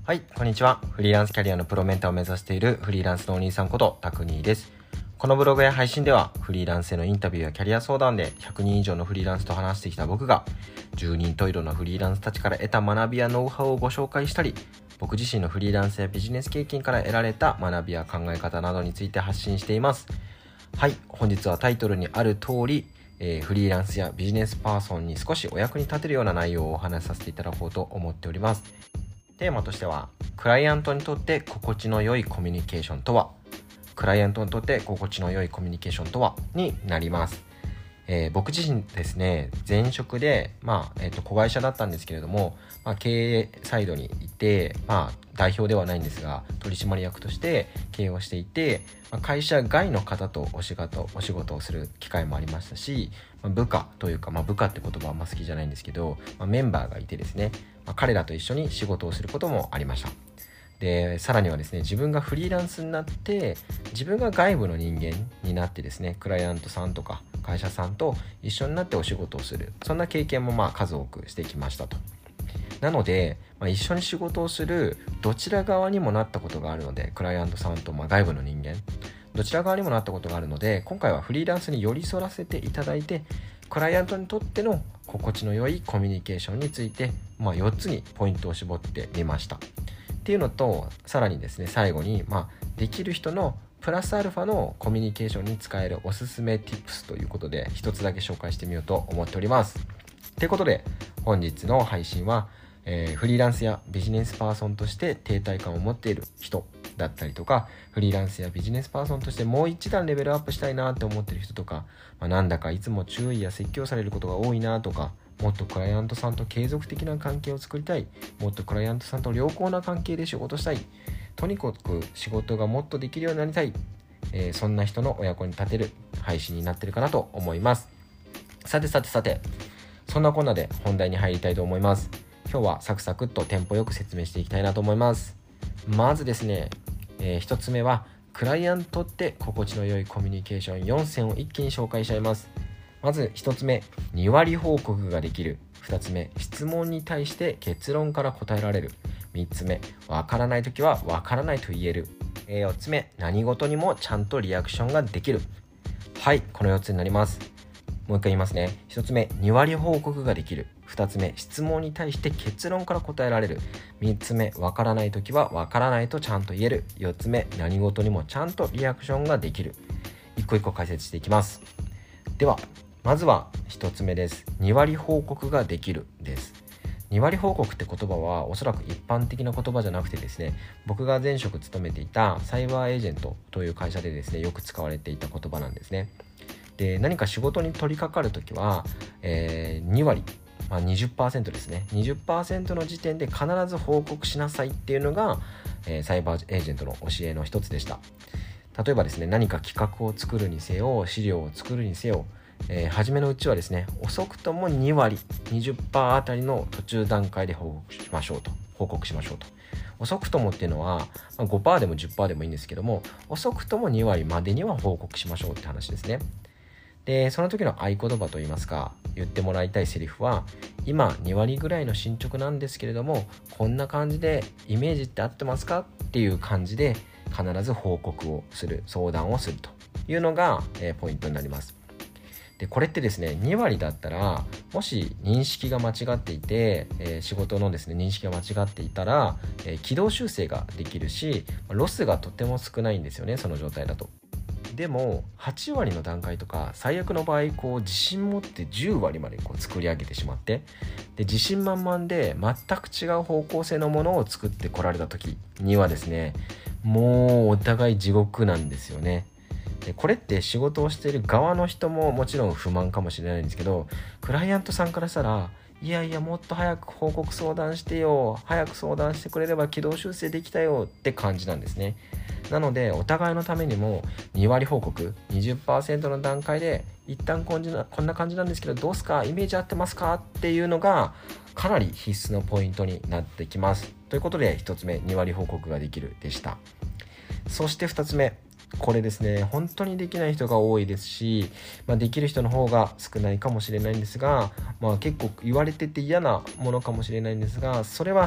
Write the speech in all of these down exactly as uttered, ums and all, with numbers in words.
はい、こんにちは。フリーランスキャリアのプロメンターを目指しているフリーランスのお兄さんことタクニーです。このブログや配信ではフリーランスへのインタビューやキャリア相談でひゃくにん以上のフリーランスと話してきた僕がじゅうにんといろなフリーランスたちから得た学びやノウハウをご紹介したり、僕自身のフリーランスやビジネス経験から得られた学びや考え方などについて発信しています。はい、本日はタイトルにある通り、えー、フリーランスやビジネスパーソンに少しお役に立てるような内容をお話しさせていただこうと思っております。テーマとしては、クライアントにとって心地の良いコミュニケーションとはクライアントにとって心地の良いコミュニケーションとはになります。えー、僕自身ですね、前職で、まあえー、と子会社だったんですけれども、まあ、経営サイドにいて、まあ、代表ではないんですが取締役として経営をしていて、まあ、会社外の方とお仕事お仕事をする機会もありましたし、まあ、部下というか、まあ、部下って言葉はあんま好きじゃないんですけど、まあ、メンバーがいてですね、まあ、彼らと一緒に仕事をすることもありました。でさらにはですね、自分がフリーランスになって自分が外部の人間になってですね、クライアントさんとか会社さんと一緒になってお仕事をする、そんな経験もまあ数多くしてきましたと。なので、まあ、一緒に仕事をするどちら側にもなったことがあるので、クライアントさんとまあ外部の人間どちら側にもなったことがあるので、今回はフリーランスに寄り添わせていただいて、クライアントにとっての心地の良いコミュニケーションについて、まあ、よっつにポイントを絞ってみましたっていうのと、さらにですね、最後に、まあ、できる人のプラスアルファのコミュニケーションに使えるおすすめ Tips ということで一つだけ紹介してみようと思っております。ということで本日の配信は、えー、フリーランスやビジネスパーソンとして停滞感を持っている人だったりとか、フリーランスやビジネスパーソンとしてもう一段レベルアップしたいなって思っている人とか、まあ、なんだかいつも注意や説教されることが多いなとか、もっとクライアントさんと継続的な関係を作りたい、もっとクライアントさんと良好な関係で仕事したい、とにかく仕事がもっとできるようになりたい、えー、そんな人のお役に立てる配信になってるかなと思います。さてさてさて、そんなこんなで本題に入りたいと思います。今日はサクサクっとテンポよく説明していきたいなと思います。まずですね、えー、ひとつめはクライアントって心地の良いコミュニケーションよんせんを一気に紹介しちゃいます。まずひとつめ、に割報告ができる。ふたつめ、質問に対して結論から答えられる。みっつめ、わからないときはわからないと言える。よっつめ、何事にもちゃんとリアクションができる。はい、このよっつになります。もう一回言いますね。ひとつめ、に割報告ができる。ふたつめ、質問に対して結論から答えられる。みっつめ、わからないときはわからないとちゃんと言える。よっつめ、何事にもちゃんとリアクションができる。一個一個解説していきます。ではまずはひとつめです。に割報告ができるです。に割報告って言葉はおそらく一般的な言葉じゃなくてですね、僕が前職勤めていたサイバーエージェントという会社でですね、よく使われていた言葉なんですね。で、何か仕事に取り掛かるときは、えー、に割、まあ、にじゅっパーセント ですね。にじゅっパーセント の時点で必ず報告しなさいっていうのが、えー、サイバーエージェントの教えの一つでした。例えばですね、何か企画を作るにせよ、資料を作るにせよ、えー、初めのうちはですね、遅くともに割 にじゅっパーセント あたりの途中段階で報告しましょうと報告しましょうと遅くともっていうのは ごパーセント でも じゅっパーセント でもいいんですけども、遅くともに割までには報告しましょうって話ですね。で、その時の合言葉といいますか、言ってもらいたいセリフは、今に割ぐらいの進捗なんですけれども、こんな感じでイメージって合ってますかっていう感じで必ず報告をする、相談をするというのが、えー、ポイントになります。で、これってですね、に割だったら、もし認識が間違っていて、えー、仕事のですね認識が間違っていたら、えー、軌道修正ができるし、ロスがとても少ないんですよね、その状態だと。でもはち割の段階とか、最悪の場合こう自信持ってじゅう割までこう作り上げてしまって、で自信満々で全く違う方向性のものを作ってこられた時にはですね、もうお互い地獄なんですよね。でこれって仕事をしている側の人ももちろん不満かもしれないんですけど、クライアントさんからしたら、いやいやもっと早く報告相談してよ、早く相談してくれれば軌道修正できたよって感じなんですね。なのでお互いのためにもに割報告 にじゅっパーセント の段階で一旦こんな、こんな感じなんですけどどうすか、イメージ合ってますかっていうのがかなり必須のポイントになってきます。ということでひとつめ、に割報告ができるでした。そしてふたつめ、これですね、本当にできない人が多いですし、まあ、できる人の方が少ないかもしれないんですが、まあ、結構言われてて嫌なものかもしれないんですが、それは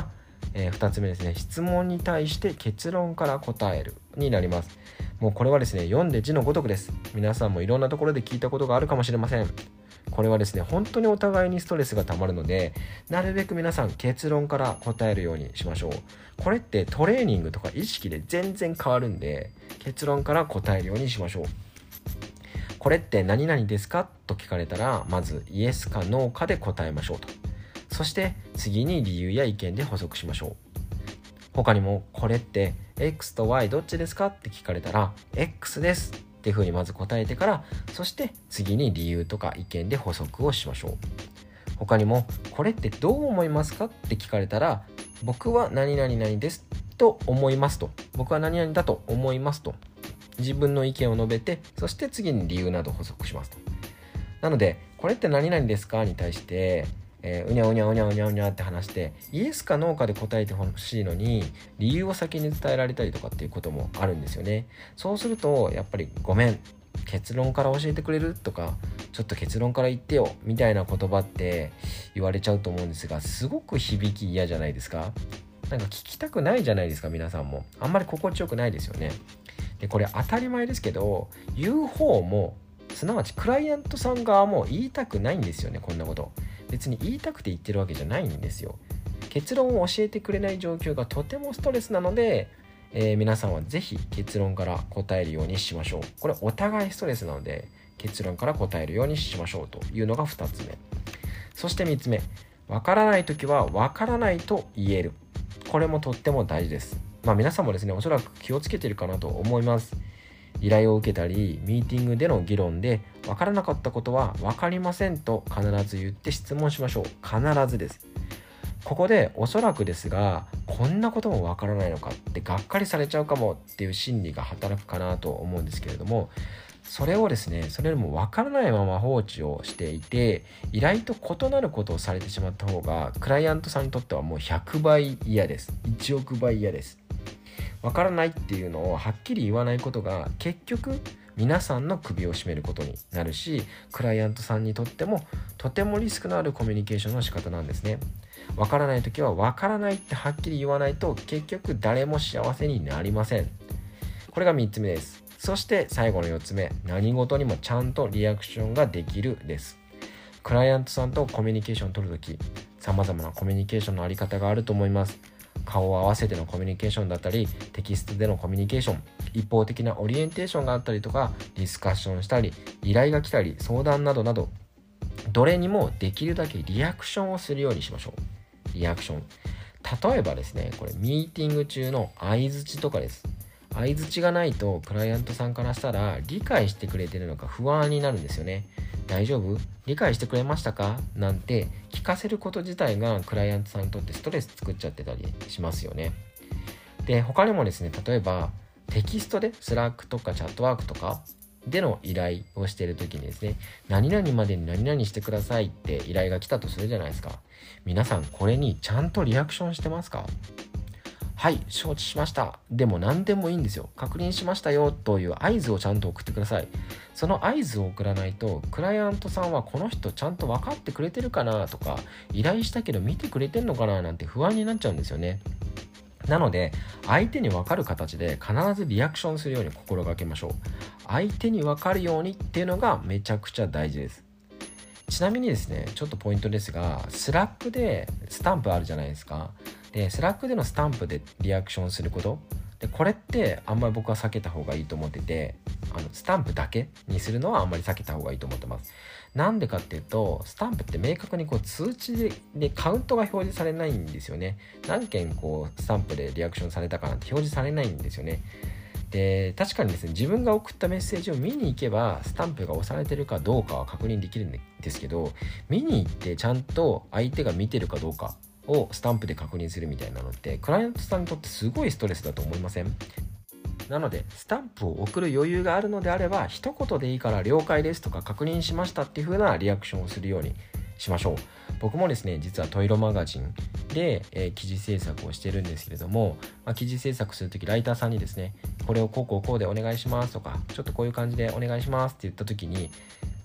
えー、ふたつめですね、質問に対して結論から答えるになります。もうこれはですね、読んで字のごとくです。皆さんもいろんなところで聞いたことがあるかもしれません。これはですね、本当にお互いにストレスがたまるので、なるべく皆さん結論から答えるようにしましょう。これってトレーニングとか意識で全然変わるんで、結論から答えるようにしましょう。これって何々ですかと聞かれたら、まずイエスかノーかで答えましょうと。そして次に理由や意見で補足しましょう。他にも、これって X と Y どっちですかって聞かれたら X ですっていうふうにまず答えてから、そして次に理由とか意見で補足をしましょう。他にも、これってどう思いますかって聞かれたら、僕は何々々ですと思いますと、僕は何々だと思いますと自分の意見を述べて、そして次に理由など補足しますと。なので、これって何々ですかに対して、えー、うにゃうにゃうにゃうにゃうにゃって話してイエスかノーかで答えてほしいのに、理由を先に伝えられたりとかっていうこともあるんですよね。そうするとやっぱり、ごめん、結論から教えてくれるとか、ちょっと結論から言ってよみたいな言葉って言われちゃうと思うんですが、すごく響き嫌じゃないですか。なんか聞きたくないじゃないですか。皆さんもあんまり心地よくないですよね。で、これ当たり前ですけど、言う方も、すなわちクライアントさん側も言いたくないんですよね。こんなこと別に言いたくて言ってるわけじゃないんですよ。結論を教えてくれない状況がとてもストレスなので、えー、皆さんはぜひ結論から答えるようにしましょう。これお互いストレスなので、結論から答えるようにしましょうというのがふたつめ。そしてみっつめ、わからないときはわからないと言える。これもとっても大事です。まあ皆さんもですね、おそらく気をつけているかなと思います。依頼を受けたり、ミーティングでの議論で分からなかったことは分かりませんと必ず言って質問しましょう。必ずです。ここでおそらくですが、こんなことも分からないのかってがっかりされちゃうかもっていう心理が働くかなと思うんですけれども、それをですね、それよりも分からないまま放置をしていて、依頼と異なることをされてしまった方が、クライアントさんにとってはもうひゃくばい嫌です。いちおくばい嫌です。わからないっていうのをはっきり言わないことが、結局皆さんの首を絞めることになるし、クライアントさんにとってもとてもリスクのあるコミュニケーションの仕方なんですね。わからないときはわからないってはっきり言わないと、結局誰も幸せになりません。これがみっつめです。そして最後のよっつめ、何事にもちゃんとリアクションができるです。クライアントさんとコミュニケーションを取るとき、様々なコミュニケーションのあり方があると思います。顔を合わせてのコミュニケーションだったり、テキストでのコミュニケーション、一方的なオリエンテーションがあったりとか、ディスカッションしたり、依頼が来たり、相談などなど、どれにもできるだけリアクションをするようにしましょう。リアクション。例えばですね、これミーティング中の相槌とかです。相槌がないと、クライアントさんからしたら理解してくれてるのか不安になるんですよね。大丈夫？理解してくれましたか？なんて聞かせること自体がクライアントさんにとってストレス作っちゃってたりしますよね。で、他にもですね、例えばテキストでスラックとかチャットワークとかでの依頼をしている時にですね、何々までに何々してくださいって依頼が来たとするじゃないですか。皆さんこれにちゃんとリアクションしてますか？はい、承知しました。でも何でもいいんですよ。確認しましたよという合図をちゃんと送ってください。その合図を送らないと、クライアントさんはこの人ちゃんと分かってくれてるかなとか、依頼したけど見てくれてんのかななんて不安になっちゃうんですよね。なので、相手に分かる形で必ずリアクションするように心がけましょう。相手に分かるようにっていうのがめちゃくちゃ大事です。ちなみにですね、ちょっとポイントですが、スラックでスタンプあるじゃないですか。で、スラックでのスタンプでリアクションすることで、これってあんまり僕は避けた方がいいと思ってて、あのスタンプだけにするのはあんまり避けた方がいいと思ってます。なんでかっていうと、スタンプって明確にこう通知 で, でカウントが表示されないんですよね。何件こうスタンプでリアクションされたかなんて表示されないんですよね。で、確かにですね、自分が送ったメッセージを見に行けばスタンプが押されてるかどうかは確認できるんですけど、見に行ってちゃんと相手が見てるかどうかをスタンプで確認するみたいなのってクライアントさんにとってすごいストレスだと思いません？なので、スタンプを送る余裕があるのであれば、一言でいいから了解ですとか確認しましたっていう風なリアクションをするようにしましょう。僕もですね、実はトイロマガジンで、えー、記事制作をしてるんですけれども、まあ、記事制作するときライターさんにですね、これをこうこうこうでお願いしますとか、ちょっとこういう感じでお願いしますって言ったときに、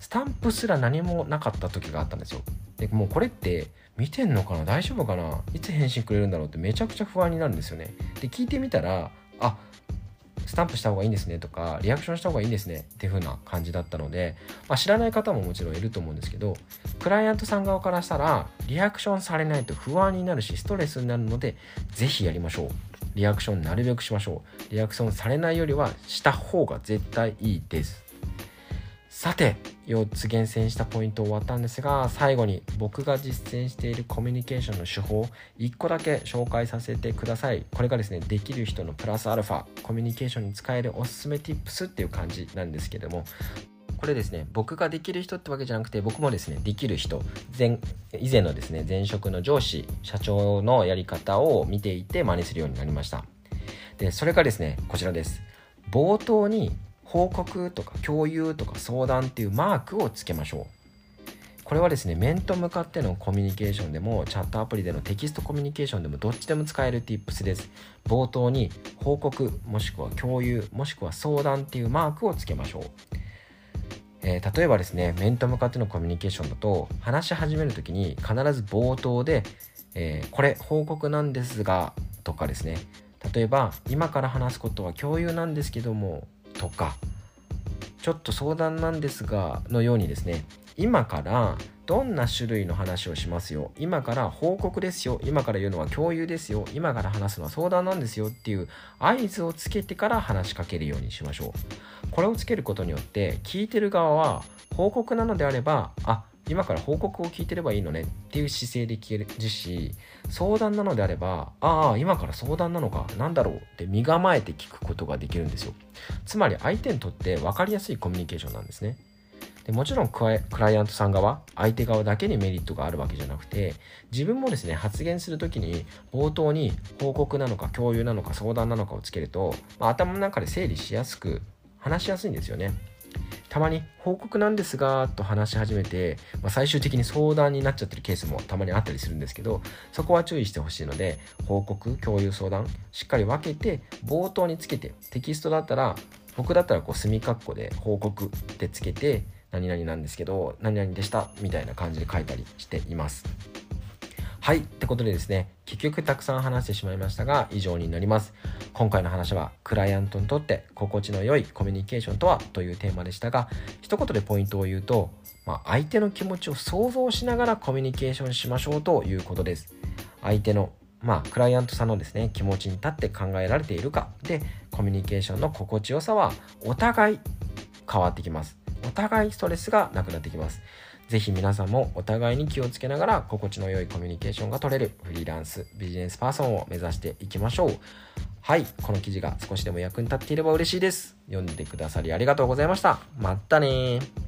スタンプすら何もなかった時があったんですよ。でもうこれって見てんのかな、大丈夫かな、いつ返信くれるんだろうってめちゃくちゃ不安になるんですよね。で聞いてみたら、あ、スタンプした方がいいんですねとか、リアクションした方がいいんですねっていう風な感じだったので、まあ、知らない方ももちろんいると思うんですけど、クライアントさん側からしたらリアクションされないと不安になるしストレスになるので、ぜひやりましょう。リアクションなるべくしましょう。リアクションされないよりはした方が絶対いいです。さて、よっつ厳選したポイント終わったんですが、最後に僕が実践しているコミュニケーションの手法いっこだけ紹介させてください。これがですね、できる人のプラスアルファコミュニケーションに使えるおすすめ Tips っていう感じなんですけども、これですね、僕ができる人ってわけじゃなくて、僕もですね、できる人、前以前のですね、前職の上司社長のやり方を見ていて真似するようになりました。でそれがですね、こちらです。冒頭に報告とか共有とか相談っていうマークをつけましょう。これはですね、面と向かってのコミュニケーションでもチャットアプリでのテキストコミュニケーションでもどっちでも使える Tips です。冒頭に報告もしくは共有もしくは相談っていうマークをつけましょう。えー、例えばですね、面と向かってのコミュニケーションだと、話し始めるときに必ず冒頭で、えー、これ報告なんですがとかですね、例えば今から話すことは共有なんですけどもとか、ちょっと相談なんですがのようにですね、今からどんな種類の話をしますよ、今から報告ですよ、今から言うのは共有ですよ、今から話すのは相談なんですよっていう合図をつけてから話しかけるようにしましょう。これをつけることによって聞いてる側は報告なのであれば、あ、今から報告を聞いてればいいのねっていう姿勢で聞けるし、相談なのであれば、ああ今から相談なのか、なんだろうって身構えて聞くことができるんですよ。つまり相手にとって分かりやすいコミュニケーションなんですね。でもちろんクライアントさん側、相手側だけにメリットがあるわけじゃなくて、自分もですね、発言するときに冒頭に報告なのか共有なのか相談なのかをつけると、まあ、頭の中で整理しやすく話しやすいんですよね。たまに報告なんですがと話し始めて、まあ、最終的に相談になっちゃってるケースもたまにあったりするんですけど、そこは注意してほしいので、報告共有相談しっかり分けて冒頭につけて、テキストだったら、僕だったらこう墨括弧で報告ってつけて、何々なんですけど何々でしたみたいな感じで書いたりしています。はい、ってことでですね、結局たくさん話してしまいましたが以上になります。今回の話はクライアントにとって心地の良いコミュニケーションとはというテーマでしたが、一言でポイントを言うと、まあ、相手の気持ちを想像しながらコミュニケーションしましょうということです。相手のまあクライアントさんのですね、気持ちに立って考えられているかで、コミュニケーションの心地よさはお互い変わってきます。お互いストレスがなくなってきます。ぜひ皆さんもお互いに気をつけながら心地の良いコミュニケーションが取れるフリーランスビジネスパーソンを目指していきましょう。はい、この記事が少しでも役に立っていれば嬉しいです。読んでくださりありがとうございました。またね。